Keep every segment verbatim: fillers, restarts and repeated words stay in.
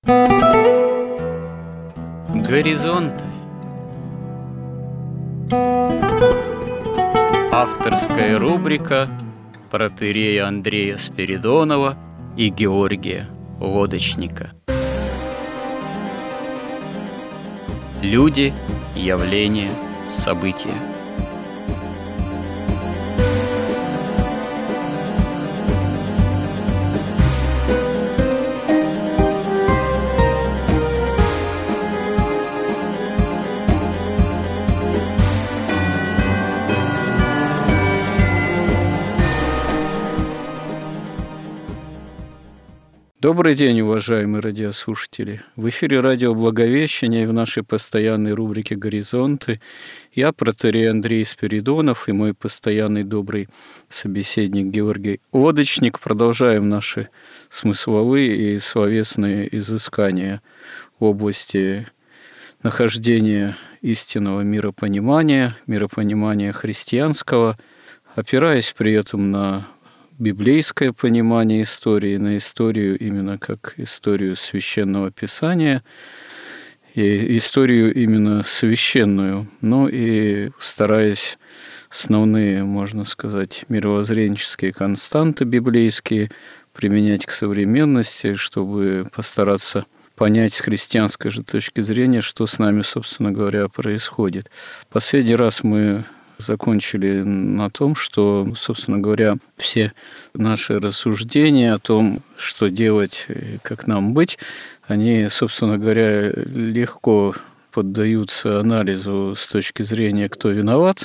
Горизонты. Авторская рубрика протоиерея Андрея Спиридонова и Георгия Лодочника. Люди, явления, события. Добрый день, уважаемые радиослушатели! В эфире радио «Благовещение» и в нашей постоянной рубрике «Горизонты» я, протоиерей Андрей Спиридонов, и мой постоянный добрый собеседник Георгий Лодочник продолжаем наши смысловые и словесные изыскания в области нахождения истинного миропонимания, миропонимания христианского, опираясь при этом на библейское понимание истории, на историю именно как историю Священного Писания, и историю именно священную, но и стараясь основные, можно сказать, мировоззренческие константы библейские применять к современности, чтобы постараться понять с христианской же точки зрения, что с нами, собственно говоря, происходит. Последний раз мы закончили на том, что, собственно говоря, все наши рассуждения о том, что делать и как нам быть, они, собственно говоря, легко поддаются анализу с точки зрения, кто виноват,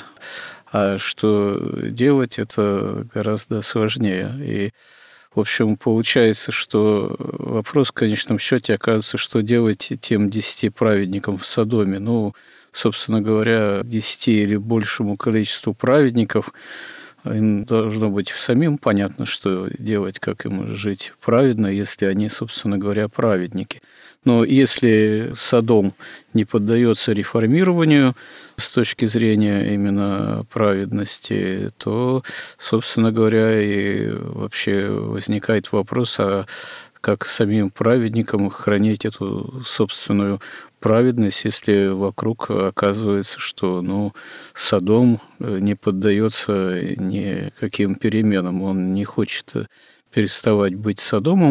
а что делать, это гораздо сложнее. И, в общем, получается, что вопрос в конечном счете оказывается, что делать тем десяти праведникам в Содоме. Ну, собственно говоря, десяти или большему количеству праведников им должно быть самим понятно, что делать, как им жить праведно, если они, собственно говоря, праведники. Но если Содом не поддается реформированию с точки зрения именно праведности, то, собственно говоря, и вообще возникает вопрос, а как самим праведникам хранить эту собственную праведность, если вокруг оказывается, что ну, Содом не поддается никаким переменам, он не хочет переставать быть Содомом,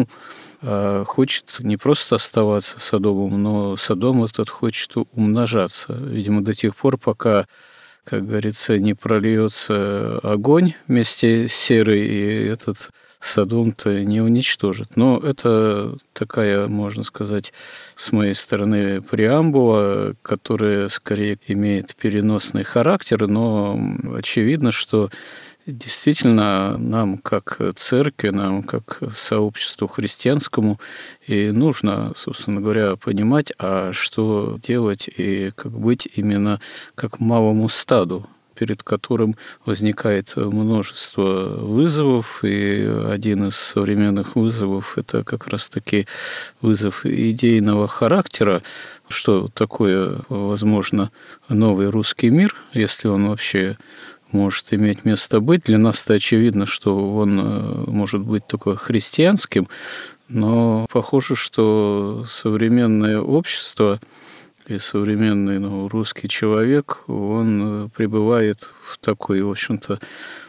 а хочет не просто оставаться Содомом, но Содом этот хочет умножаться. Видимо, до тех пор, пока, как говорится, не прольется огонь вместе с серой, и этот Содом-то не уничтожит. Но это такая, можно сказать, с моей стороны преамбула, которая скорее имеет переносный характер, но очевидно, что действительно нам, как церкви, нам, как сообществу христианскому, и нужно, собственно говоря, понимать, а что делать и как быть именно как малому стаду, перед которым возникает множество вызовов, и один из современных вызовов – это как раз-таки вызов идейного характера, что такое, возможно, новый русский мир, если он вообще может иметь место быть. Для нас-то очевидно, что он может быть только христианским, но похоже, что современное общество и современный ну, русский человек, он пребывает в такой, в общем-то,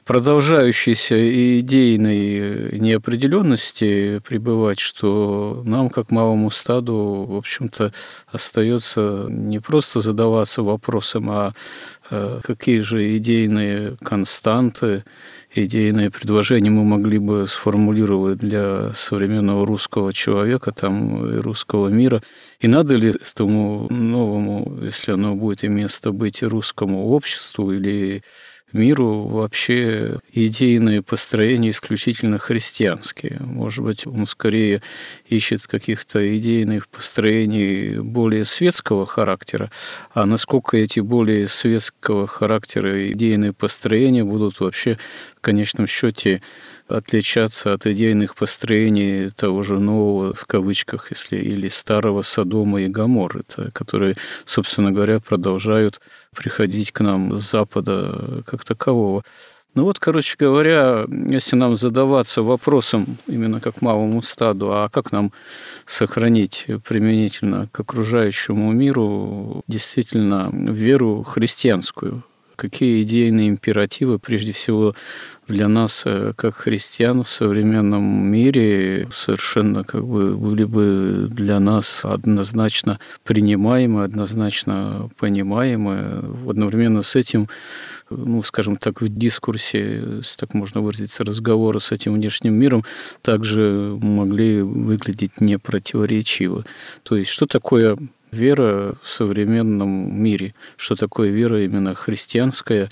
продолжающейся идейной неопределенности пребывать, что нам, как малому стаду, в общем-то, остается не просто задаваться вопросом, а какие же идейные константы, идейные предложения мы могли бы сформулировать для современного русского человека, там, и русского мира. И надо ли этому новому, если оно будет иметь место быть, русскому обществу или миру, вообще идейные построения исключительно христианские? Может быть, он скорее ищет каких-то идейных построений более светского характера, а насколько эти более светского характера идейные построения будут вообще в конечном счете отличаться от идейных построений того же нового, в кавычках, если или старого Содома и Гоморры, которые, собственно говоря, продолжают приходить к нам с Запада как такового. Ну вот, короче говоря, если нам задаваться вопросом именно как малому стаду, а как нам сохранить применительно к окружающему миру действительно веру христианскую? Какие идейные императивы, прежде всего, для нас, как христиан в современном мире, совершенно как бы были бы для нас однозначно принимаемы, однозначно понимаемы. Одновременно с этим, ну, скажем так, в дискурсе, если так можно выразиться, разговора с этим внешним миром также могли выглядеть непротиворечиво. То есть, что такое вера в современном мире, что такое вера именно христианская,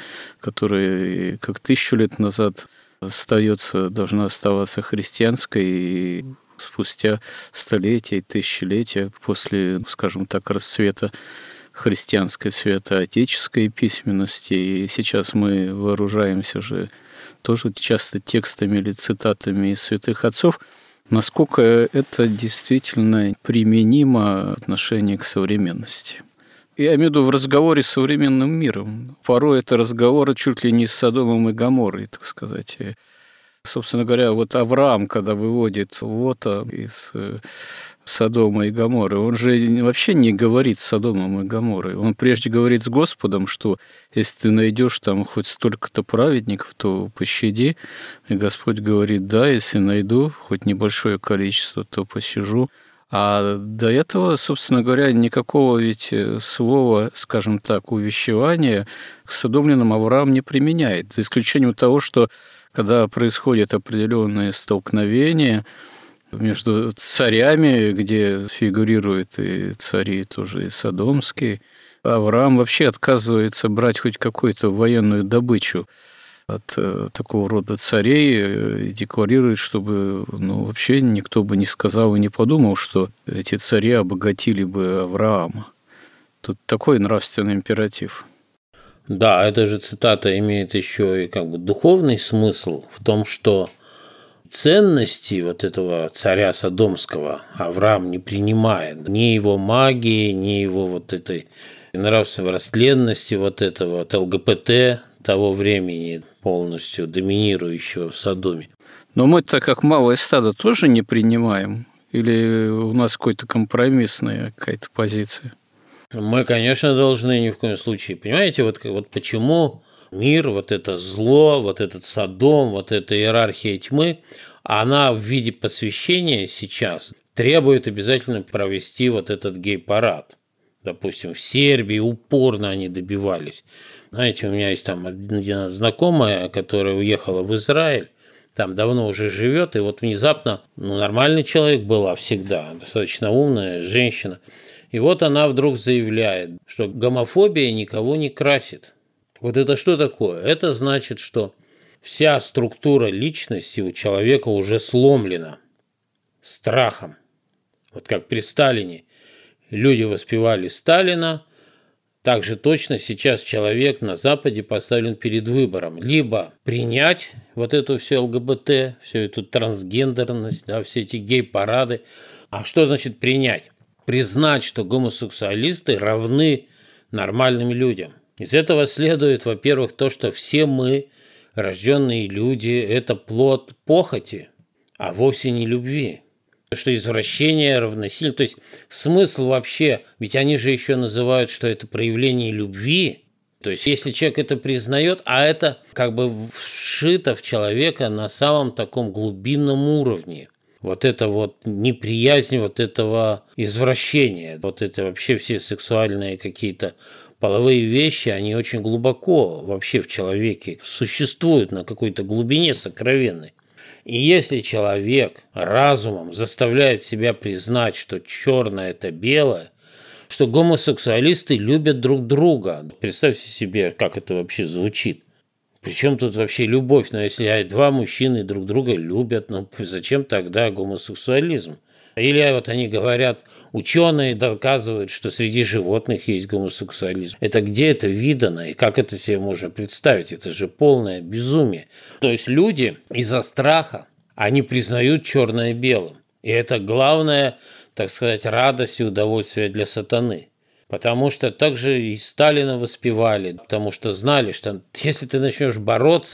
которая как тысячу лет назад остается, должна оставаться христианской, и спустя столетия и тысячелетия после, скажем так, расцвета христианской святоотеческой письменности. И сейчас мы вооружаемся же тоже часто текстами или цитатами из святых отцов. Насколько это действительно применимо в отношении к современности? Я имею в виду в разговоре с современным миром. Порой это разговоры чуть ли не с Содомом и Гоморрой, так сказать. И, собственно говоря, вот Авраам, когда выводит Лота из Содома и Гоморры, он же вообще не говорит с Содомом и Гоморрой. Он прежде говорит с Господом, что если ты найдешь там хоть столько-то праведников, то пощади. И Господь говорит: да, если найду хоть небольшое количество, то пощажу. А до этого, собственно говоря, никакого ведь слова, скажем так, увещевания к содомлянам Авраам не применяет, за исключением того, что когда происходят определенные столкновения между царями, где фигурируют и цари тоже и содомские, Авраам вообще отказывается брать хоть какую-то военную добычу от э, такого рода царей и декларирует, чтобы ну, вообще никто бы не сказал и не подумал, что эти цари обогатили бы Авраама. Тут такой нравственный императив. Да, эта же цитата имеет еще и как бы духовный смысл в том, что ценности вот этого царя Содомского Авраам не принимает. Ни его магии, ни его вот этой нравственной растленности, вот этого вот ЛГБТ того времени, полностью доминирующего в Содоме. Но мы-то как малое стадо тоже не принимаем? Или у нас какая-то компромиссная какая-то позиция? Мы, конечно, должны ни в коем случае. Понимаете, вот, вот почему мир, вот это зло, вот этот Содом, вот эта иерархия тьмы, она в виде посвящения сейчас требует обязательно провести вот этот гей-парад. Допустим, в Сербии упорно они добивались. Знаете, у меня есть там одна знакомая, которая уехала в Израиль, там давно уже живет, и вот внезапно, ну, нормальный человек была всегда, достаточно умная женщина, и вот она вдруг заявляет, что гомофобия никого не красит. Вот это что такое? Это значит, что вся структура личности у человека уже сломлена страхом. Вот как при Сталине люди воспевали Сталина, так же точно сейчас человек на Западе поставлен перед выбором. Либо принять вот эту всю ЛГБТ, всю эту трансгендерность, да, все эти гей-парады. А что значит принять? Признать, что гомосексуалисты равны нормальным людям. Из этого следует, во-первых, то, что все мы, рожденные люди, это плод похоти, а вовсе не любви. Что извращение равносильно. То есть смысл вообще, ведь они же еще называют, что это проявление любви. То есть если человек это признает, а это как бы вшито в человека на самом таком глубинном уровне. Вот это вот неприязнь вот этого извращения, вот это вообще все сексуальные какие-то половые вещи, они очень глубоко вообще в человеке существуют на какой-то глубине сокровенной. И если человек разумом заставляет себя признать, что черное – это белое, что гомосексуалисты любят друг друга, представьте себе, как это вообще звучит. Причем тут вообще любовь? Но если два мужчины друг друга любят, ну зачем тогда гомосексуализм? Или вот они говорят, ученые доказывают, что среди животных есть гомосексуализм. Это где это видано и как это себе можно представить? Это же полное безумие. То есть люди из-за страха, они признают черное белым. И это главная, так сказать, радость и удовольствие для сатаны. Потому что также и Сталина воспевали, потому что знали, что если ты начнешь бороться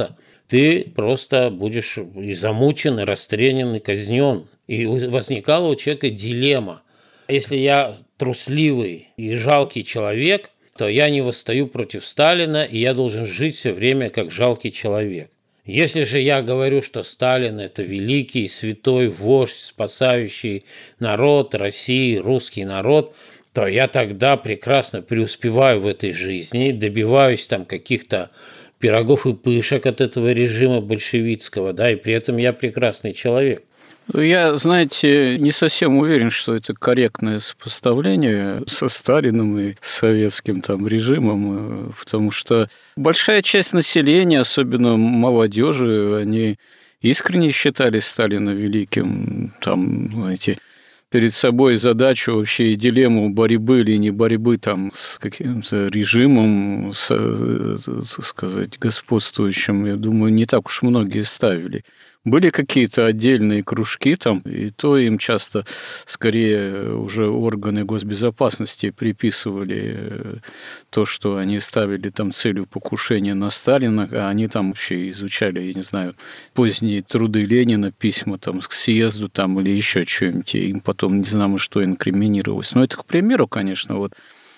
ты просто будешь и замучен, и расстрелян, и казнен. И возникала у человека дилемма. Если я трусливый и жалкий человек, то я не восстаю против Сталина, и я должен жить все время как жалкий человек. Если же я говорю, что Сталин – это великий, святой вождь, спасающий народ России, русский народ, то я тогда прекрасно преуспеваю в этой жизни, добиваюсь там каких-то пирогов и пышек от этого режима большевистского, да, и при этом я прекрасный человек. Я, знаете, не совсем уверен, что это корректное сопоставление со Сталиным и советским там режимом, потому что большая часть населения, особенно молодежи, они искренне считали Сталина великим, там, знаете, перед собой задачу вообще и дилемму борьбы или не борьбы там с каким-то режимом, с, так сказать, господствующим, я думаю, не так уж многие ставили. Были какие-то отдельные кружки там, и то им часто скорее уже органы госбезопасности приписывали то, что они ставили там целью покушения на Сталина, а они там вообще изучали, я не знаю, поздние труды Ленина, письма там к съезду там или еще что-нибудь, и им потом не знамо что инкриминировалось. Но это к примеру, конечно, вот.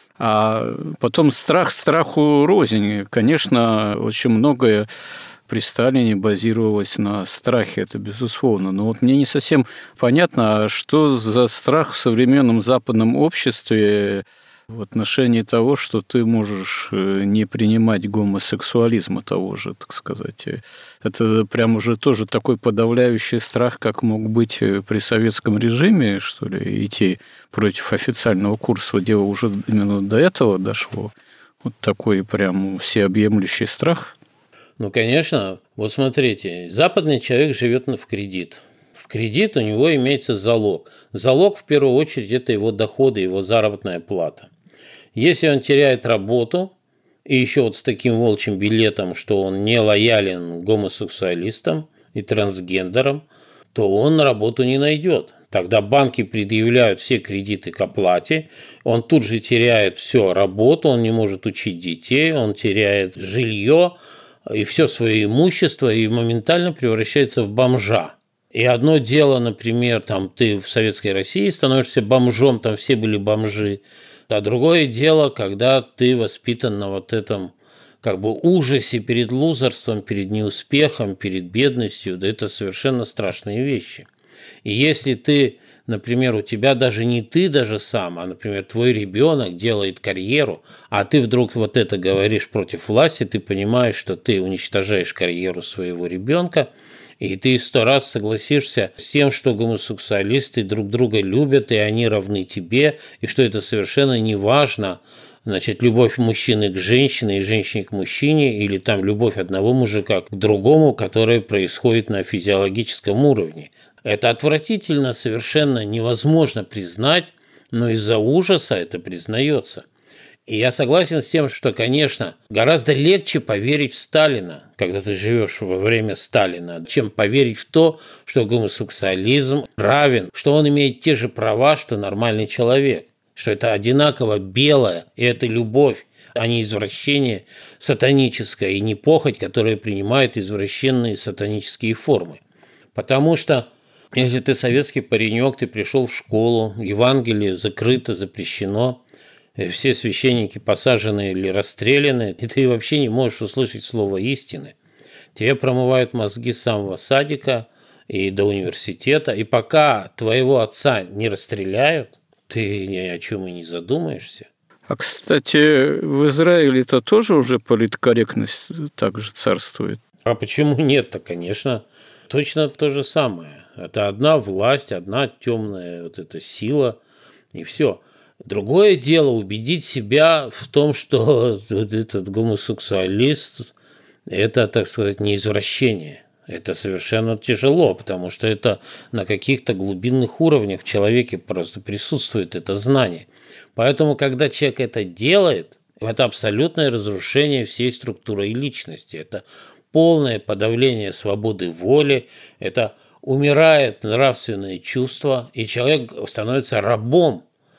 А потом страх страху рознь. Конечно, очень многое при Сталине базировалось на страхе, это безусловно. Но вот мне не совсем понятно, что за страх в современном западном обществе в отношении того, что ты можешь не принимать гомосексуализма того же, так сказать. Это прям уже тоже такой подавляющий страх, как мог быть при советском режиме, что ли, идти против официального курса. Дело уже именно до этого дошло. Вот такой прям всеобъемлющий страх. Ну, конечно. Вот смотрите, западный человек живет в кредит. В кредит у него имеется залог. Залог, в первую очередь, это его доходы, его заработная плата. Если он теряет работу, и еще вот с таким волчьим билетом, что он не лоялен гомосексуалистам и трансгендерам, то он работу не найдет. Тогда банки предъявляют все кредиты к оплате, он тут же теряет всю работу, он не может учить детей, он теряет жилье и все свое имущество и моментально превращается в бомжа. И одно дело, например, там ты в Советской России становишься бомжом, там все были бомжи, а другое дело, когда ты воспитан на вот этом как бы ужасе перед лузерством, перед неуспехом, перед бедностью, да это совершенно страшные вещи. И если ты, например, у тебя даже не ты даже сам, а, например, твой ребенок делает карьеру, а ты вдруг вот это говоришь против власти, ты понимаешь, что ты уничтожаешь карьеру своего ребенка, и ты сто раз согласишься с тем, что гомосексуалисты друг друга любят, и они равны тебе, и что это совершенно не важно, значит, любовь мужчины к женщине и женщины к мужчине, или там любовь одного мужика к другому, которая происходит на физиологическом уровне. Это отвратительно, совершенно невозможно признать, но из-за ужаса это признается. И я согласен с тем, что, конечно, гораздо легче поверить в Сталина, когда ты живешь во время Сталина, чем поверить в то, что гомосексуализм равен, что он имеет те же права, что нормальный человек, что это одинаково белое, и это любовь, а не извращение сатаническое, и не похоть, которая принимает извращенные сатанические формы. Потому что если ты советский паренек, ты пришел в школу, Евангелие закрыто, запрещено, все священники посажены или расстреляны, и ты вообще не можешь услышать слово истины. Тебе промывают мозги с самого садика и до университета, и пока твоего отца не расстреляют, ты ни о чем и не задумаешься. А, кстати, в Израиле-то тоже уже политкорректность также царствует? А почему нет-то, конечно. Точно то же самое. Это одна власть, одна темная вот эта сила, и все. Другое дело убедить себя в том, что этот гомосексуалист – это, так сказать, не извращение. Это совершенно тяжело, потому что это на каких-то глубинных уровнях в человеке просто присутствует это знание. Поэтому, когда человек это делает, это абсолютное разрушение всей структуры и личности. Это полное подавление свободы воли, это умирает нравственное чувство, и человек становится рабом.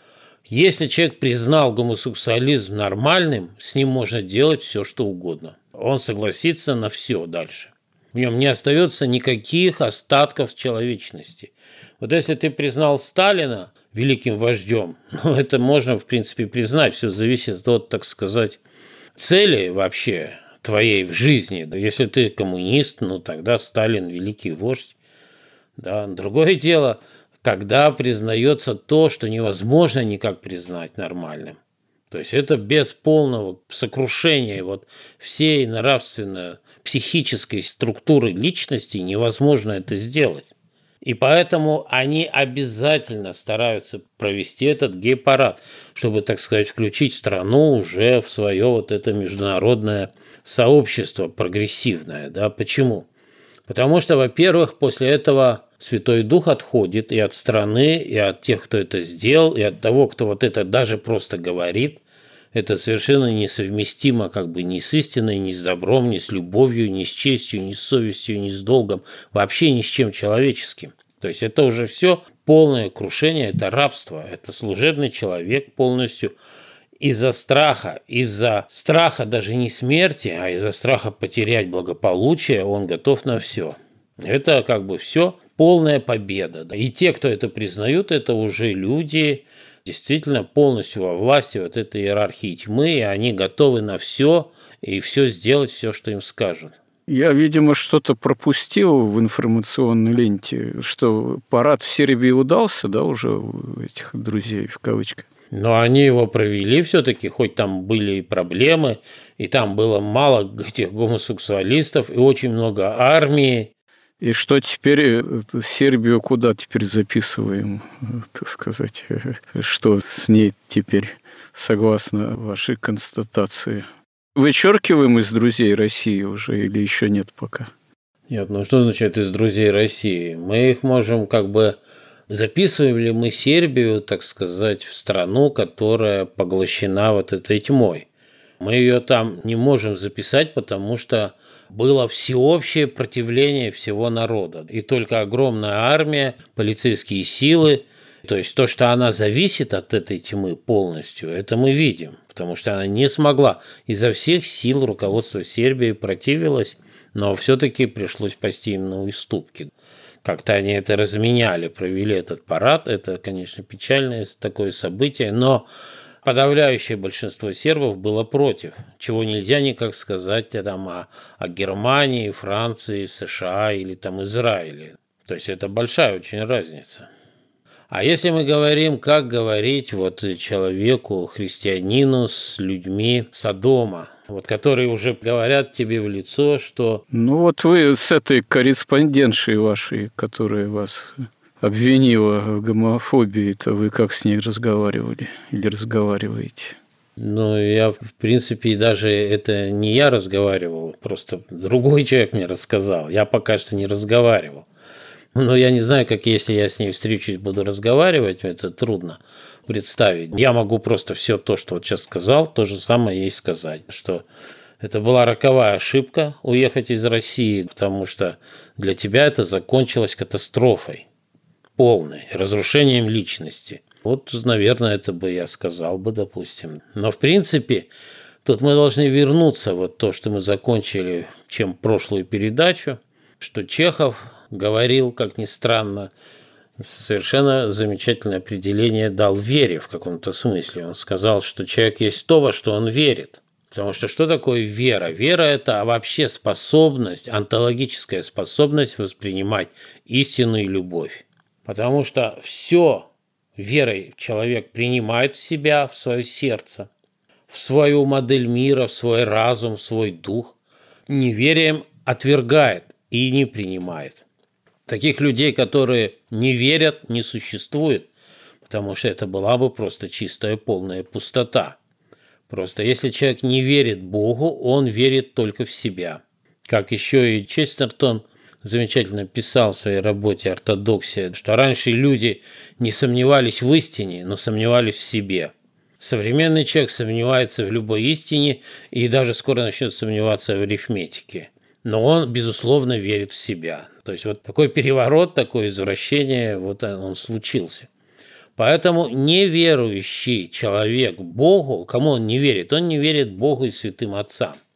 Если человек признал гомосексуализм нормальным, с ним можно делать все, что угодно. Он согласится на все дальше. В нем не остается никаких остатков человечности. Вот если ты признал Сталина великим вождем, ну, это можно, в принципе, признать. Все зависит от, так сказать, цели вообще твоей в жизни. Если ты коммунист, ну, тогда Сталин великий вождь. Да. Другое дело, когда признается то, что невозможно никак признать нормальным. То есть это без полного сокрушения вот всей нравственно-психической структуры личности невозможно это сделать. И поэтому они обязательно стараются провести этот гей-парад, чтобы, так сказать, включить страну уже в свое вот это международное сообщество прогрессивное. Да? Почему? Потому что, во-первых, после этого Святой Дух отходит и от страны, и от тех, кто это сделал, и от того, кто вот это даже просто говорит. Это совершенно несовместимо как бы ни с истиной, ни с добром, ни с любовью, ни с честью, ни с совестью, ни с долгом, вообще ни с чем человеческим. То есть это уже все полное крушение, это рабство, это служебный человек полностью из-за страха, из-за страха даже не смерти, а из-за страха потерять благополучие, он готов на все. Это как бы все полная победа. И те, кто это признают, это уже люди действительно полностью во власти вот этой иерархии тьмы, и они готовы на все и все сделать, все, что им скажут. Я, видимо, что-то пропустил в информационной ленте, что парад в Сербии удался, да, уже у этих друзей, в кавычках. Но они его провели все-таки, хоть там были и проблемы, и там было мало этих гомосексуалистов, и очень много армии. И что теперь, Сербию куда теперь записываем, так сказать, что с ней теперь, согласно вашей констатации? Вычеркиваем из друзей России уже или еще нет пока? Нет, ну что значит из друзей России? Мы их можем как бы... Записываем ли мы Сербию, так сказать, в страну, которая поглощена вот этой тьмой? Мы ее там не можем записать, потому что было всеобщее противление всего народа. И только огромная армия, полицейские силы, то есть то, что она зависит от этой тьмы полностью, это мы видим. Потому что она не смогла. Изо всех сил руководство Сербии противилось, но все-таки пришлось пойти им на уступки. Как-то они это разменяли, провели этот парад. Это, конечно, печальное такое событие, но подавляющее большинство сербов было против, чего нельзя никак сказать там, о, о Германии, Франции, США или там Израиле. То есть это большая очень разница. А если мы говорим, как говорить вот человеку, христианину с людьми Содома, вот которые уже говорят тебе в лицо, что... Ну вот вы с этой корреспондентшей вашей, которая вас обвинила в гомофобии-то, вы как с ней разговаривали или разговариваете? Ну, я, в принципе, даже это не я разговаривал, просто другой человек мне рассказал. Я пока что не разговаривал. Но я не знаю, как если я с ней встречусь, буду разговаривать, это трудно представить. Я могу просто все то, что вот сейчас сказал, то же самое ей сказать, что это была роковая ошибка уехать из России, потому что для тебя это закончилось катастрофой полной, разрушением личности. Вот, наверное, это бы я сказал бы, допустим. Но, в принципе, тут мы должны вернуться вот то, что мы закончили, чем прошлую передачу, что Чехов говорил, как ни странно, совершенно замечательное определение дал вере в каком-то смысле. Он сказал, что человек есть то, во что он верит. Потому что что такое вера? Вера – это вообще способность, онтологическая способность воспринимать истину и любовь. Потому что все верой человек принимает в себя, в свое сердце, в свою модель мира, в свой разум, в свой дух. Неверием отвергает и не принимает. Таких людей, которые не верят, не существует, потому что это была бы просто чистая полная пустота. Просто если человек не верит Богу, он верит только в себя. Как еще и Честертон замечательно писал в своей работе «Ортодоксия», что раньше люди не сомневались в истине, но сомневались в себе. Современный человек сомневается в любой истине и даже скоро начнет сомневаться в арифметике. Но он, безусловно, верит в себя. То есть вот такой переворот, такое извращение, вот он случился. Поэтому неверующий человек Богу, кому он не верит? Он не верит Богу и святым отцам.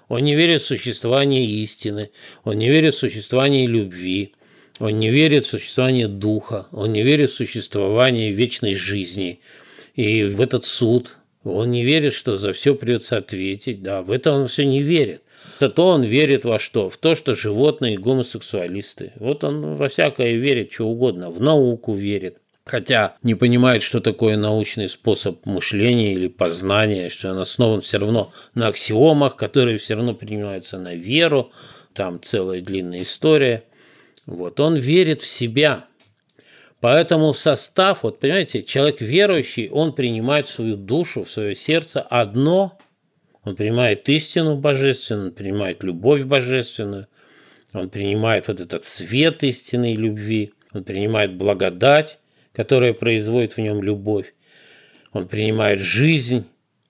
Он не верит в существование истины, он не верит в существование любви, он не верит в существование духа, он не верит в существование вечной жизни и в этот суд. Он не верит, что за все придется ответить. Да, в это он все не верит. Зато он верит во что? В то, что животные гомосексуалисты. Вот он во всякое верит, что угодно. В науку верит. Хотя не понимает, что такое научный способ мышления или познания, что он основан все равно на аксиомах, которые все равно принимаются на веру. Там целая длинная история. Вот он верит в себя. Поэтому состав, вот понимаете, человек верующий, он принимает в свою душу, в свое сердце одно, он принимает истину божественную, он принимает любовь божественную, он принимает вот этот свет истинной любви, он принимает благодать, которая производит в нем любовь, он принимает жизнь.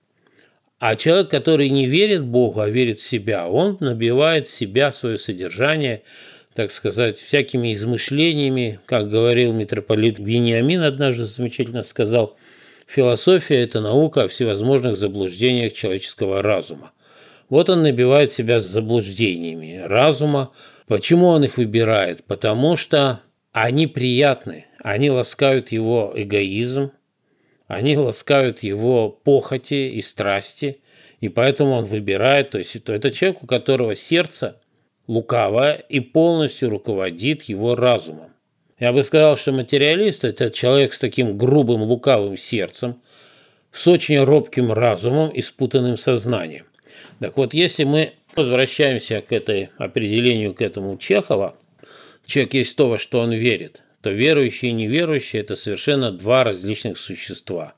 А человек, который не верит Богу, а верит в себя, он набивает в себя свое содержание, так сказать, всякими измышлениями, как говорил митрополит Вениамин однажды замечательно сказал, философия – это наука о всевозможных заблуждениях человеческого разума. Вот он набивает себя заблуждениями разума. Почему он их выбирает? Потому что они приятны, они ласкают его эгоизм, они ласкают его похоти и страсти, и поэтому он выбирает, то есть это человек, у которого сердце лукавое и полностью руководит его разумом. Я бы сказал, что материалист – это человек с таким грубым лукавым сердцем, с очень робким разумом и спутанным сознанием. Так вот, если мы возвращаемся к этой определению, к этому Чехова, человек есть то, во что он верит, то верующий и неверующий – это совершенно два различных существа.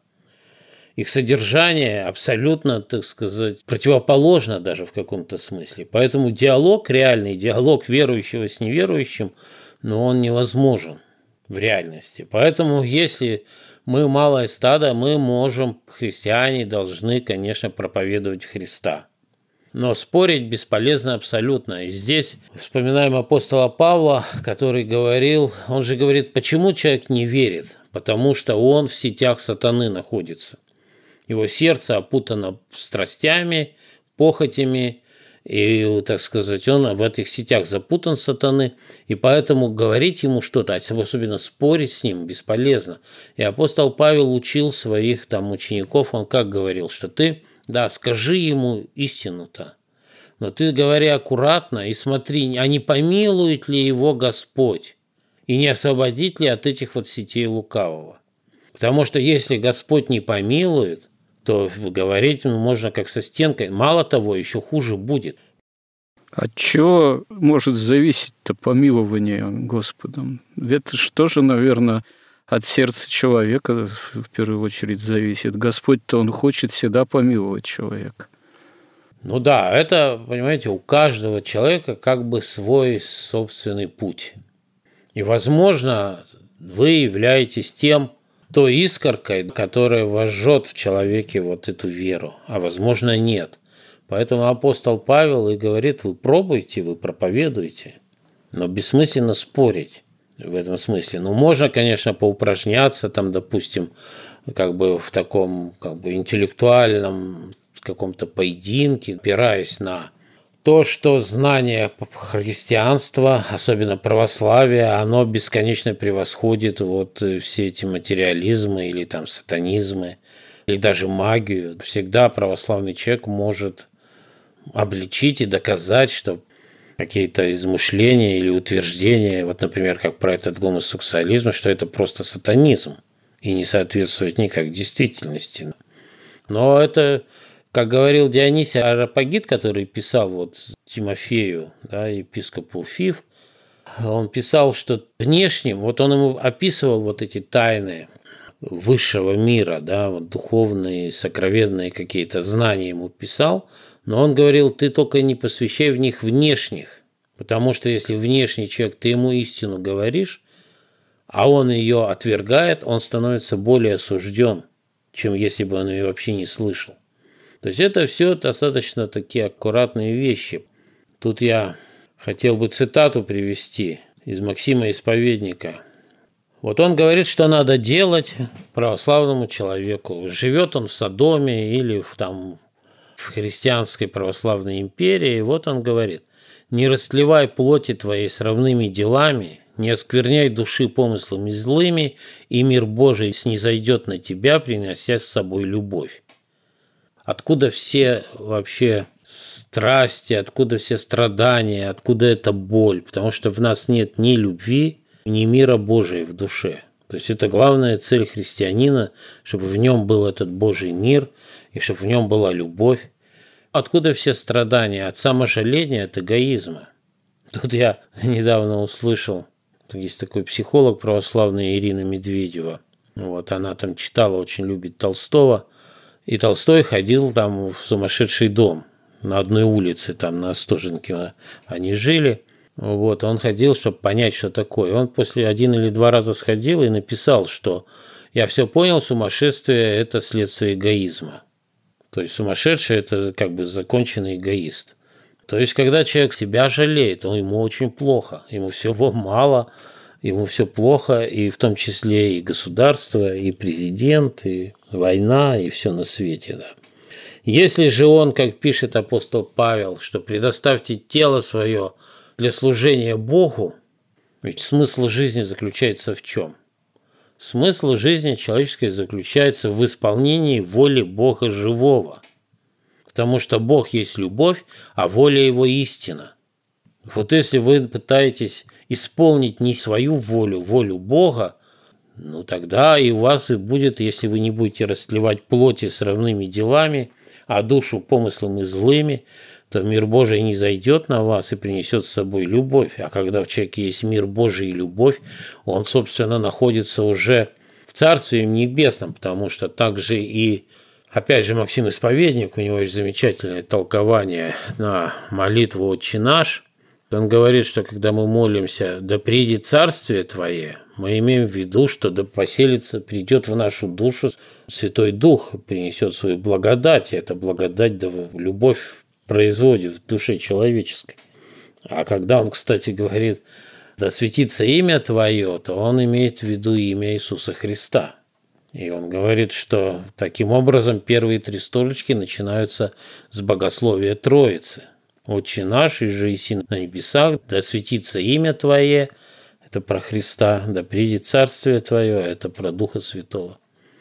Их содержание абсолютно, так сказать, противоположно даже в каком-то смысле. Поэтому диалог, реальный диалог верующего с неверующим, но он невозможен в реальности. Поэтому если мы малое стадо, мы можем, христиане, должны, конечно, проповедовать Христа. Но спорить бесполезно абсолютно. И здесь вспоминаем апостола Павла, который говорил, он же говорит, почему человек не верит? Потому что он в сетях сатаны находится. Его сердце опутано страстями, похотями, и, так сказать, он в этих сетях запутан сатаны, и поэтому говорить ему что-то, особенно спорить с ним, бесполезно. И апостол Павел учил своих там учеников, он как говорил, что ты, да, скажи ему истину-то, но ты говори аккуратно и смотри, а не помилует ли его Господь, и не освободит ли от этих вот сетей лукавого. Потому что если Господь не помилует, то говорить можно как со стенкой. Мало того, еще хуже будет. От чего может зависеть-то помилование Господом? Это что же, наверное, от сердца человека в первую очередь зависит. Господь-то, Он хочет всегда помиловать человека. Ну да, это, понимаете, у каждого человека как бы свой собственный путь. И, возможно, вы являетесь тем, той искоркой, которая вожжет в человеке вот эту веру, а возможно нет. Поэтому апостол Павел и говорит, вы пробуйте, вы проповедуйте, но бессмысленно спорить в этом смысле. Ну, можно, конечно, поупражняться, там, допустим, как бы в таком как бы интеллектуальном каком-то поединке, опираясь на то, что знание христианства, особенно православия, оно бесконечно превосходит вот все эти материализмы или там сатанизмы, или даже магию. Всегда православный человек может обличить и доказать, что какие-то измышления или утверждения, вот, например, как про этот гомосексуализм, что это просто сатанизм и не соответствует никак действительности. Но это... Как говорил Дионисий Ареопагит, который писал вот Тимофею, да, епископу Фив, он писал, что внешним, вот он ему описывал вот эти тайны высшего мира, да, вот духовные, сокровенные какие-то знания ему писал, но он говорил, ты только не посвящай в них внешних, потому что если внешний человек, ты ему истину говоришь, а он ее отвергает, он становится более осужден, чем если бы он ее вообще не слышал. То есть это все достаточно такие аккуратные вещи. Тут я хотел бы цитату привести из Максима Исповедника. Вот он говорит, что надо делать православному человеку. Живет он в Содоме или в, там, в в христианской православной империи. И вот он говорит: «Не растлевай плоти твоей срамными делами, не оскверняй души помыслами злыми, и мир Божий снизойдет на тебя, принося с собой любовь». Откуда все вообще страсти, откуда все страдания, откуда эта боль? Потому что в нас нет ни любви, ни мира Божия в душе. То есть это главная цель христианина, чтобы в нем был этот Божий мир и чтобы в нем была любовь. Откуда все страдания? От саможаления, от эгоизма. Тут я недавно услышал, есть такой психолог православный Ирина Медведева. Вот, она там читала, очень любит Толстого. И Толстой ходил там в сумасшедший дом на одной улице, там на Остоженке они жили. Вот, он ходил, чтобы понять, что такое. Он после один или два раза сходил и написал, что я все понял, сумасшествие – это следствие эгоизма. То есть сумасшедший – это как бы законченный эгоист. То есть когда человек себя жалеет, он, ему очень плохо, ему всего мало, ему все плохо, и в том числе и государство, и президент, и война, и все на свете. Да. Если же он, как пишет апостол Павел, что предоставьте тело свое для служения Богу, ведь смысл жизни заключается в чем? Смысл жизни человеческой заключается в исполнении воли Бога живого. Потому что Бог есть любовь, а воля Его истина. Вот если вы пытаетесь исполнить не свою волю, волю Бога, ну тогда и у вас и будет, если вы не будете растлевать плоти с равными делами, а душу помыслами злыми, то мир Божий не зайдет на вас и принесет с собой любовь. А когда в человеке есть мир Божий и любовь, он, собственно, находится уже в Царстве Небесном, потому что также и, опять же, Максим Исповедник, у него есть замечательное толкование на молитву «Отче наш». Он говорит, что когда мы молимся «Да придет Царствие Твое», мы имеем в виду, что да поселится, придет в нашу душу Святой Дух, принесет свою благодать, и эта благодать, да любовь производит в душе человеческой. А когда он, кстати, говорит «Да светится имя Твое», то он имеет в виду имя Иисуса Христа. И он говорит, что таким образом первые три строчки начинаются с богословия Троицы. «Отче наш, и же еси на небесах, да светится имя Твое», это про Христа, «да придет Царствие Твое», это про Духа Святого.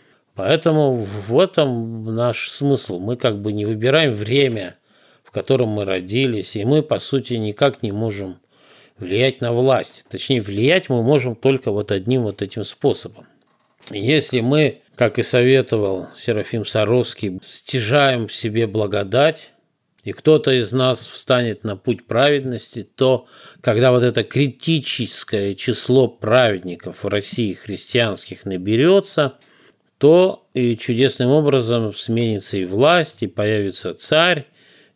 Поэтому в этом наш смысл. Мы как бы не выбираем время, в котором мы родились, и мы, по сути, никак не можем влиять на власть. Точнее, влиять мы можем только вот одним вот этим способом. Если мы, как и советовал Серафим Саровский, стяжаем в себе благодать, и кто-то из нас встанет на путь праведности, то когда вот это критическое число праведников в России христианских наберется, то и чудесным образом сменится и власть, и появится царь,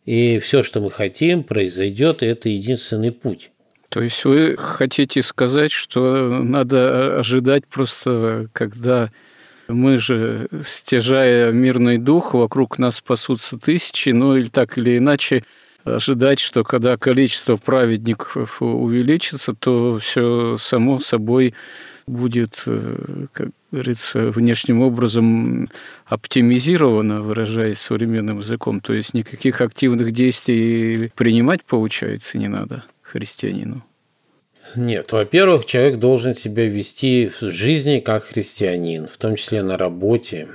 и все, что мы хотим, произойдет, и это единственный путь. То есть вы хотите сказать, что надо ожидать просто, когда мы же, стяжая мирный дух, вокруг нас спасутся тысячи, ну или так или иначе ожидать, что когда количество праведников увеличится, то все само собой будет, как говорится, внешним образом оптимизировано, выражаясь современным языком. То есть никаких активных действий принимать, получается, не надо христианину. Нет, во-первых, человек должен себя вести в жизни как христианин, в том числе на работе.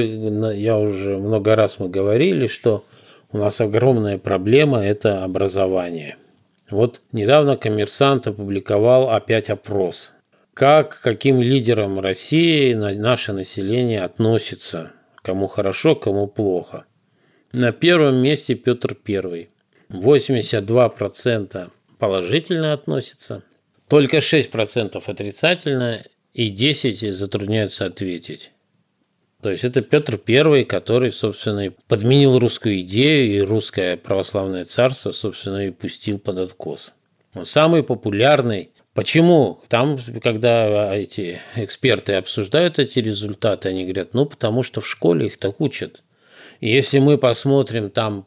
И я уже много раз мы говорили, что у нас огромная проблема – это образование. Вот недавно «Коммерсант» опубликовал опять опрос. Как, к каким лидерам России наше население относится, кому хорошо, кому плохо. На первом месте Петр Первый. восемьдесят два процента положительно относятся, только шесть процентов отрицательно и десять процентов затрудняются ответить. То есть это Петр Первый, который, собственно, подменил русскую идею, и русское православное царство, собственно, и пустил под откос. Он самый популярный. Почему? Там, когда эти эксперты обсуждают эти результаты, они говорят, ну, потому что в школе их так учат. И если мы посмотрим там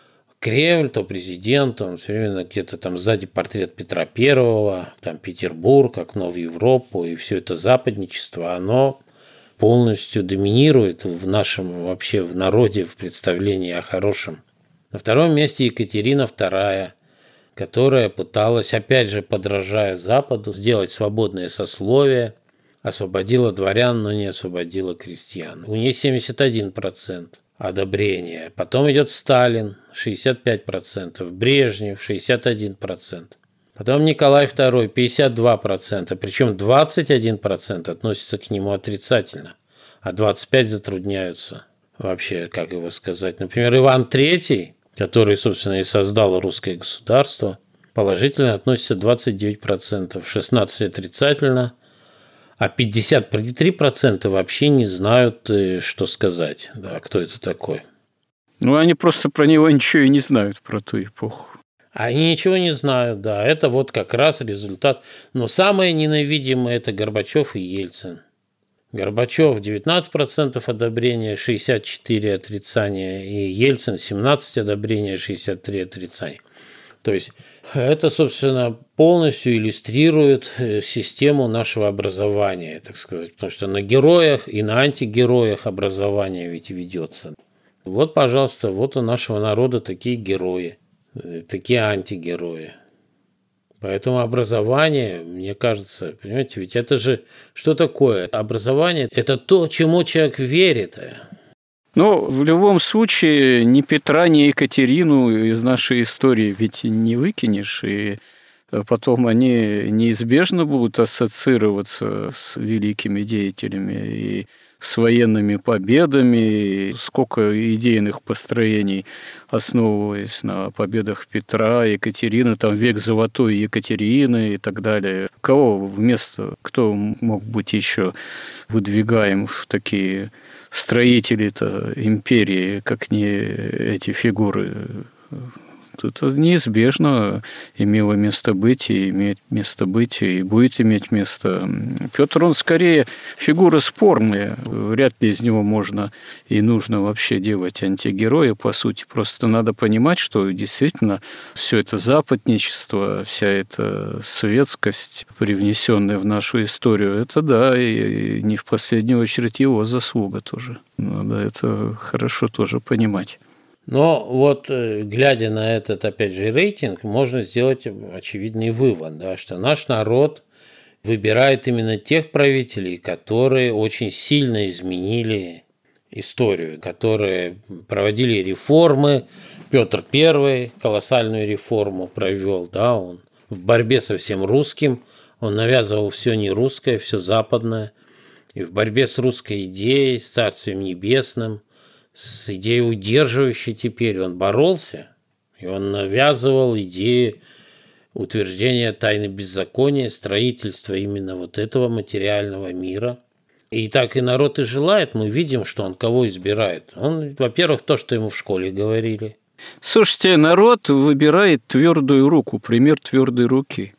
Кремль, то президент, он все время где-то там сзади портрет Петра Первого, там Петербург, окно в Европу, и все это западничество, оно полностью доминирует в нашем вообще в народе в представлении о хорошем На втором месте Екатерина вторая, которая пыталась, опять же, подражая Западу, сделать свободное сословие, освободила дворян, но не освободила крестьян. У нее семьдесят один процент одобрения. Потом идет Сталин, шестьдесят пять процентов, Брежнев, шестьдесят один процент. Потом Николай второй, пятьдесят два процента, причем двадцать один процент относится к нему отрицательно, а двадцать пять процентов затрудняются вообще, как его сказать. Например, Иван третий, который, собственно, и создал русское государство, положительно относится двадцать девять процентов, шестнадцать процентов отрицательно, а пятьдесят три процента вообще не знают, что сказать, да, кто это такой. Ну, они просто про него ничего и не знают, про ту эпоху. Они ничего не знают, да, это вот как раз результат. Но самое ненавидимое – это Горбачев и Ельцин. Горбачев девятнадцать процентов одобрения, шестьдесят четыре процента отрицания, и Ельцин семнадцать процентов одобрения, шестьдесят три процента отрицания. То есть это, собственно, полностью иллюстрирует систему нашего образования, так сказать, потому что на героях и на антигероях образование ведь ведется. Вот, пожалуйста, вот у нашего народа такие герои, такие антигерои. Поэтому образование, мне кажется, понимаете, ведь это же что такое? Образование – это то, чему человек верит. Ну, в любом случае, ни Петра, ни Екатерину из нашей истории ведь не выкинешь, и потом они неизбежно будут ассоциироваться с великими деятелями и с военными победами, сколько идейных построений, основываясь на победах Петра, Екатерины, там век золотой Екатерины и так далее. Кого вместо, кто мог быть еще выдвигаем в такие строители-то империи, как не эти фигуры? Это неизбежно имело место быть и имеет место быть и будет иметь место. Петр, он скорее фигура спорная. Вряд ли из него можно и нужно вообще делать антигероя, по сути. Просто надо понимать, что действительно все это западничество, вся эта светскость, привнесенная в нашу историю, это да, и не в последнюю очередь его заслуга тоже. Надо это хорошо тоже понимать. Но вот, глядя на этот, опять же, рейтинг, можно сделать очевидный вывод, да, что наш народ выбирает именно тех правителей, которые очень сильно изменили историю, которые проводили реформы. Петр Первый колоссальную реформу провел, да, он в борьбе со всем русским, он навязывал все нерусское, все западное, и в борьбе с русской идеей, с Царствием Небесным, с идеей удерживающей теперь, он боролся, и он навязывал идеи утверждения тайны беззакония, строительства именно вот этого материального мира. И так и народ и желает, мы видим, что он кого избирает. Он, во-первых, то, что ему в школе говорили. Слушайте, народ выбирает твердую руку, пример твердой руки.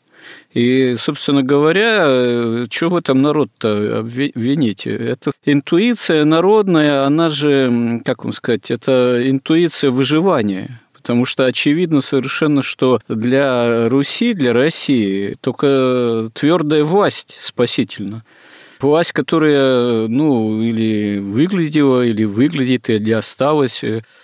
И, собственно говоря, чего там народ-то обвинить? Это интуиция народная, она же, как вам сказать, это интуиция выживания. Потому что очевидно совершенно, что для Руси, для России только твердая власть спасительна. Власть, которая, ну, или выглядела, или выглядит, или осталась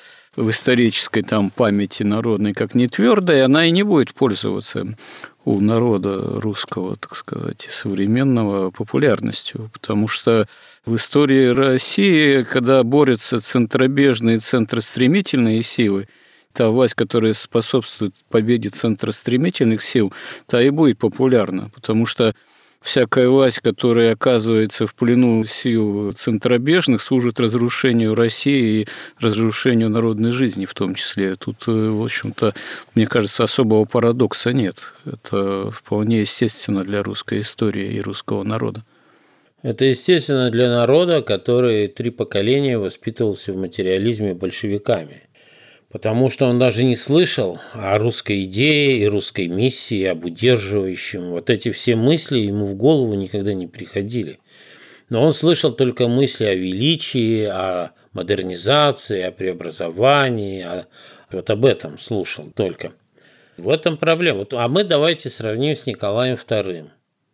в исторической там памяти народной как не твердая, она и не будет пользоваться у народа русского, так сказать, современного популярностью. Потому что в истории России, когда борются центробежные и центростремительные силы, та власть, которая способствует победе центростремительных сил, та и будет популярна. Потому что всякая власть, которая оказывается в плену сил центробежных, служит разрушению России и разрушению народной жизни в том числе. Тут, в общем-то, мне кажется, особого парадокса нет. Это вполне естественно для русской истории и русского народа. Это естественно для народа, который три поколения воспитывался в материализме большевиками. Потому что он даже не слышал о русской идее и русской миссии, об удерживающем. Вот эти все мысли ему в голову никогда не приходили. Но он слышал только мысли о величии, о модернизации, о преобразовании. О... Вот об этом слушал только. В этом проблема. А мы давайте сравним с Николаем Вторым.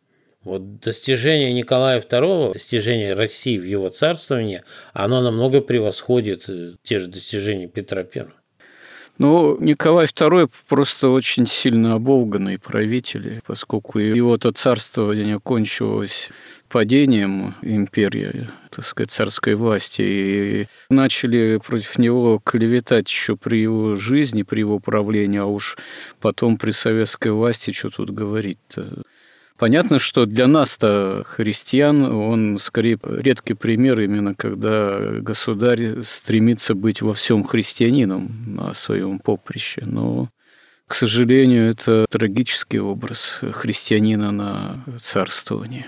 Вот достижение Николая Второго, достижение России в его царствовании, оно намного превосходит те же достижения Петра Первого. Но Николай второй просто очень сильно оболганный правитель, поскольку его-то царствование кончилось падением империи, так сказать, царской власти, и начали против него клеветать еще при его жизни, при его правлении, а уж потом при советской власти, что тут говорить-то. Понятно, что для нас-то, христиан, он скорее редкий пример именно, когда государь стремится быть во всем христианином на своем поприще. Но, к сожалению, это трагический образ христианина на царствовании.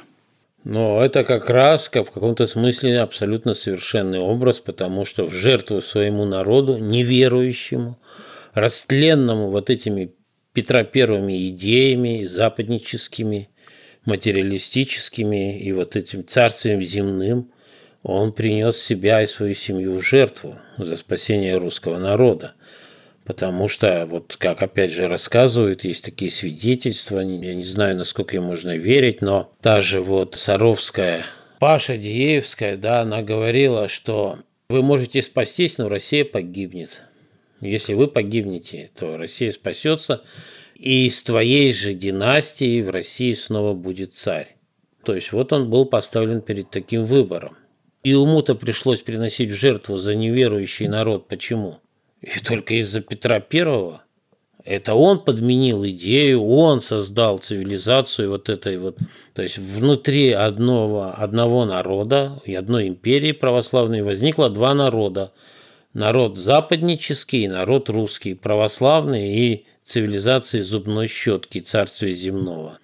Но это как раз в каком-то смысле абсолютно совершенный образ, потому что в жертву своему народу, неверующему, растленному вот этими Петра Первыми идеями западническими, материалистическими и вот этим царствием земным, он принес себя и свою семью в жертву за спасение русского народа. Потому что, вот как опять же рассказывают, есть такие свидетельства, я не знаю, насколько им можно верить, но та же вот Саровская, Паша Диеевская, да, она говорила, что вы можете спастись, но Россия погибнет. Если вы погибнете, то Россия спасется, и из твоей же династии в России снова будет царь. То есть вот он был поставлен перед таким выбором. И ему-то пришлось приносить в жертву за неверующий народ. Почему? И только из-за Петра Первого. Это он подменил идею, он создал цивилизацию вот этой вот. То есть внутри одного, одного народа и одной империи православной возникло два народа. Народ западнический и народ русский, православный и цивилизации зубной щетки, царствия земного.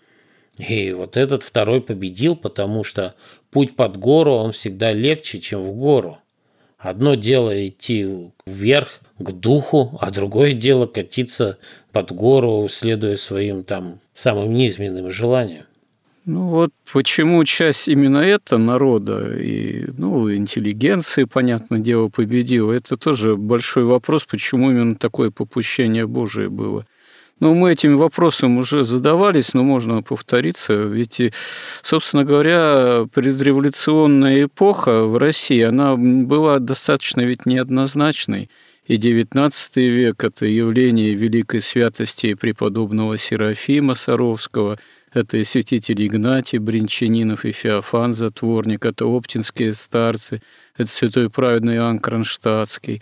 И вот этот второй победил, потому что путь под гору, он всегда легче, чем в гору. Одно дело идти вверх, к духу, а другое дело катиться под гору, следуя своим там самым низменным желаниям. Ну вот почему часть именно этого народа и ну, интеллигенции, понятное дело, победила, это тоже большой вопрос, почему именно такое попущение Божие было. Ну, мы этим вопросом уже задавались, но можно повториться. Ведь, собственно говоря, предреволюционная эпоха в России, она была достаточно ведь неоднозначной. И девятнадцатый век – это явление великой святости преподобного Серафима Саровского, это и святитель Игнатий Бринчанинов и Феофан Затворник, это оптинские старцы, это святой праведный Иоанн Кронштадтский.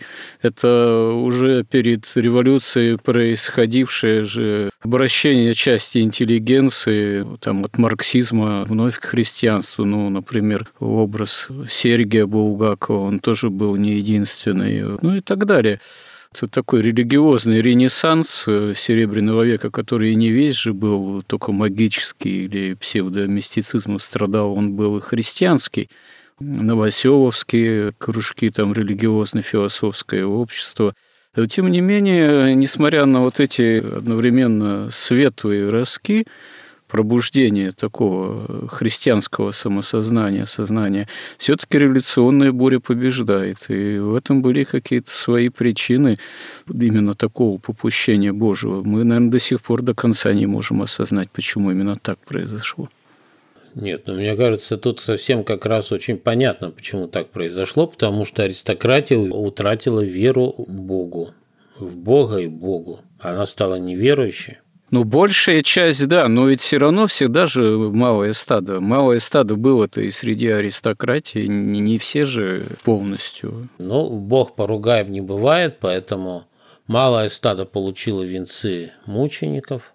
Это уже перед революцией происходившее же обращение части интеллигенции там, от марксизма вновь к христианству. Ну, например, образ Сергия Булгакова, он тоже был не единственный, ну и так далее. Это такой религиозный ренессанс Серебряного века, который и не весь же был только магический или псевдомистицизмом страдал, он был и христианский. Новоселовские кружки, там религиозно-философское общество. Но, тем не менее, несмотря на вот эти одновременно светлые ростки, пробуждение такого христианского самосознания, сознания, все-таки революционная буря побеждает. И в этом были какие-то свои причины именно такого попущения Божьего. Мы, наверное, до сих пор до конца не можем осознать, почему именно так произошло. Нет, ну, мне кажется, тут совсем как раз очень понятно, почему так произошло, потому что аристократия утратила веру в Богу, в Бога и Богу. Она стала неверующей. Ну, большая часть, да, но ведь все равно всегда же малое стадо. Малое стадо было-то и среди аристократии, не, не все же полностью. Ну, Бог поругаем не бывает, поэтому малое стадо получило венцы мучеников,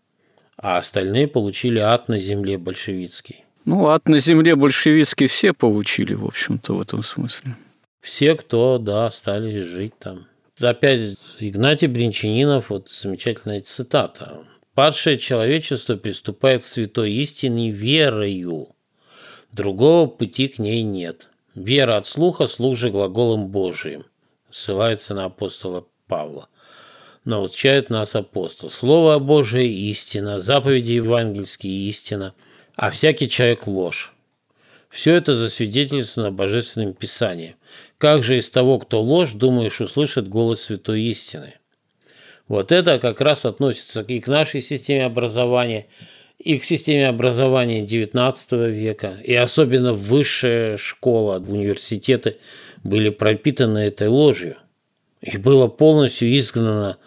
а остальные получили ад на земле большевистский. Ну, ад на земле большевистский все получили, в общем-то, в этом смысле. Все, кто, да, остались жить там. Опять Игнатий Бринчанинов, вот замечательная цитата. «Падшее человечество приступает к святой истине верою. Другого пути к ней нет. Вера от слуха, слух же глаголом Божиим». Ссылается на апостола Павла. Научает нас апостол. Слово Божие – истина, заповеди евангельские – истина, а всякий человек – ложь. Все это засвидетельствовано Божественным Писанием. Как же из того, кто ложь, думаешь, услышит голос святой истины? Вот это как раз относится и к нашей системе образования, и к системе образования девятнадцатого века, и особенно высшая школа, университеты были пропитаны этой ложью. И было полностью изгнано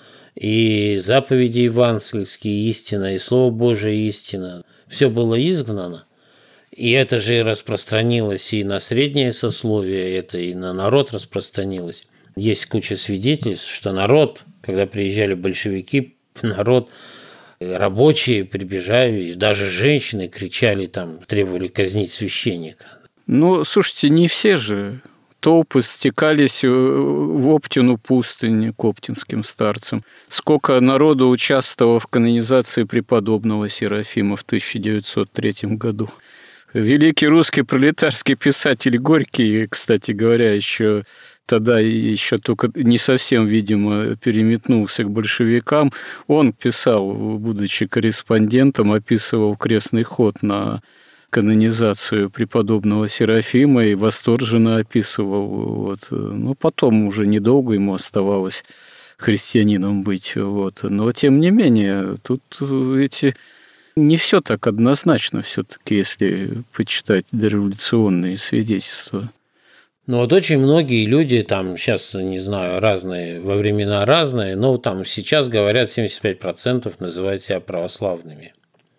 и заповеди евангельские истина, и Слово Божие истина. Все было изгнано. И это же распространилось и на среднее сословие, это и на народ распространилось. Есть куча свидетельств, что народ, когда приезжали большевики, народ, рабочие прибежали, даже женщины кричали, там, требовали казнить священника. Ну, слушайте, не все же. Толпы стекались в Оптину пустынь к оптинским старцам. Сколько народу участвовало в канонизации преподобного Серафима в тысяча девятьсот третьем году. Великий русский пролетарский писатель Горький, кстати говоря, еще тогда еще только не совсем, видимо, переметнулся к большевикам. Он писал, будучи корреспондентом, описывал крестный ход на канонизацию преподобного Серафима и восторженно описывал. Вот. Но потом уже недолго ему оставалось христианином быть. Вот. Но, тем не менее, тут эти... Не все так однозначно все-таки, если почитать дореволюционные свидетельства. Ну вот очень многие люди, там сейчас, не знаю, разные, во времена разные, но там сейчас говорят, семьдесят пять процентов называют себя православными.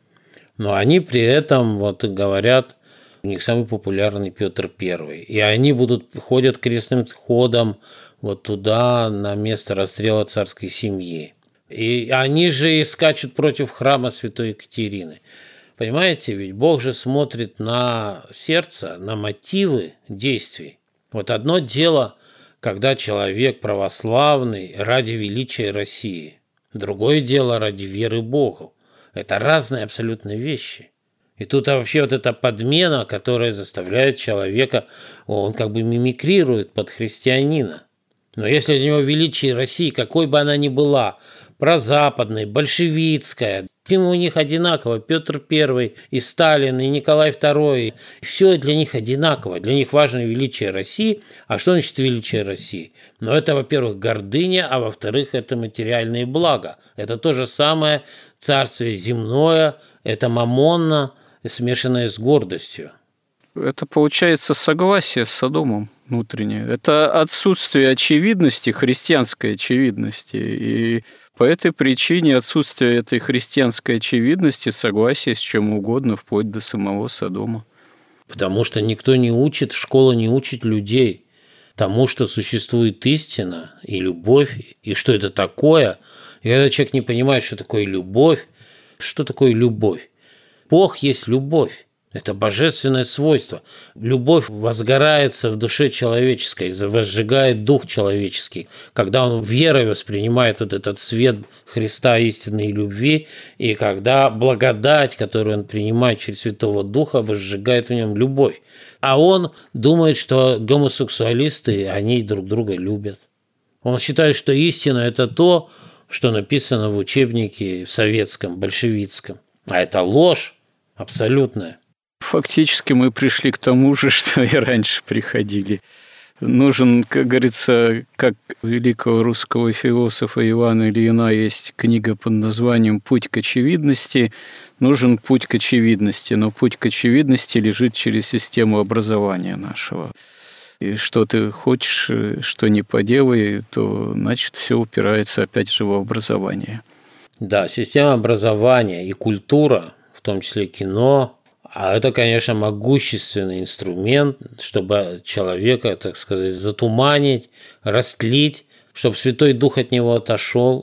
Но они при этом вот говорят, у них самый популярный Петр Первый. И они будут, ходят крестным ходом вот туда, на место расстрела царской семьи. И они же и скачут против храма святой Екатерины. Понимаете, ведь Бог же смотрит на сердце, на мотивы действий. Вот одно дело, когда человек православный ради величия России. Другое дело ради веры Богу. Это разные абсолютно вещи. И тут вообще вот эта подмена, которая заставляет человека, он как бы мимикрирует под христианина. Но если для него величие России, какой бы она ни была, прозападная, большевистская, у них одинаково, Петр Первый и Сталин, и Николай Второй, все для них одинаково, для них важно величие России. А что значит величие России? Ну, это, во-первых, гордыня, а во-вторых, это материальные блага. Это то же самое царствие земное, это мамонна, смешанное с гордостью. Это получается согласие с Содомом внутреннее. Это отсутствие очевидности, христианской очевидности. И по этой причине отсутствие этой христианской очевидности, согласие с чем угодно, вплоть до самого Содома. Потому что никто не учит, школа не учит людей тому, что существует истина и любовь, и что это такое. И когда человек не понимает, что такое любовь, что такое любовь? Бог есть любовь. Это божественное свойство. Любовь возгорается в душе человеческой, возжигает дух человеческий, когда он верой воспринимает вот этот свет Христа истинной любви, и когда благодать, которую он принимает через Святого Духа, возжигает в нем любовь. А он думает, что гомосексуалисты, они друг друга любят. Он считает, что истина – это то, что написано в учебнике советском, большевистском. А это ложь абсолютная. Фактически мы пришли к тому же, что и раньше приходили. Нужен, как говорится, как великого русского философа Ивана Ильина есть книга под названием «Путь к очевидности». Нужен путь к очевидности, но путь к очевидности лежит через систему образования нашего. И что ты хочешь, что не поделай, то, значит, все упирается опять же в образование. Да, система образования и культура, в том числе кино, а это, конечно, могущественный инструмент, чтобы человека, так сказать, затуманить, растлить, чтобы Святой Дух от него отошел.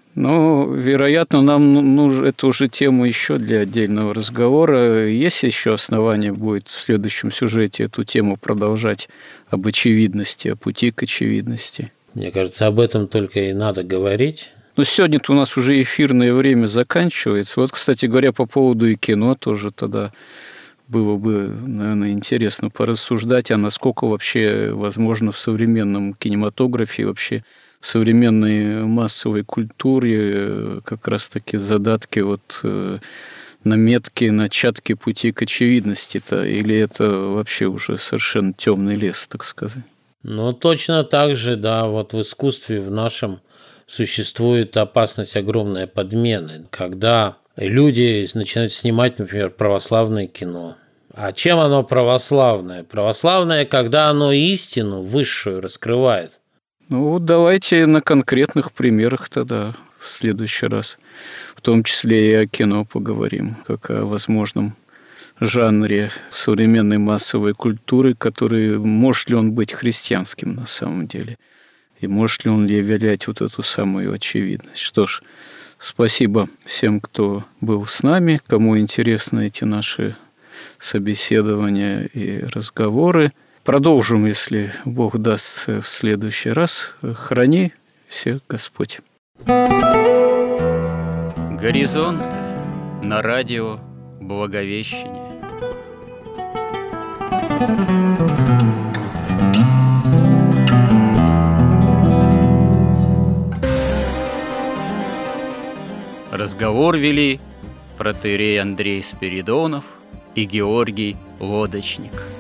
Ну, вероятно, нам нужно это уже тема еще для отдельного разговора. Есть еще основания будет в следующем сюжете эту тему продолжать об очевидности, о пути к очевидности. Мне кажется, об этом только и надо говорить. Но сегодня у нас уже эфирное время заканчивается. Вот, кстати говоря, по поводу и кино тоже тогда было бы, наверное, интересно порассуждать, а насколько вообще возможно в современном кинематографе, вообще в современной массовой культуре как раз-таки задатки, вот, наметки, начатки пути к очевидности-то, или это вообще уже совершенно темный лес, так сказать? Ну, точно так же, да, вот в искусстве в нашем существует опасность огромной подмены, когда люди начинают снимать, например, православное кино. А чем оно православное? Православное, когда оно истину высшую раскрывает. Ну, давайте на конкретных примерах тогда в следующий раз. В том числе и о кино поговорим, как о возможном жанре современной массовой культуры, который, может ли он быть христианским на самом деле, и может ли он являть вот эту самую очевидность. Что ж, спасибо всем, кто был с нами, кому интересны эти наши собеседования и разговоры. Продолжим, если Бог даст, в следующий раз. Храни всех Господь. Горизонт на радио Благовещение. Разговор вели протоиерей Андрей Спиридонов и Георгий Лодочник.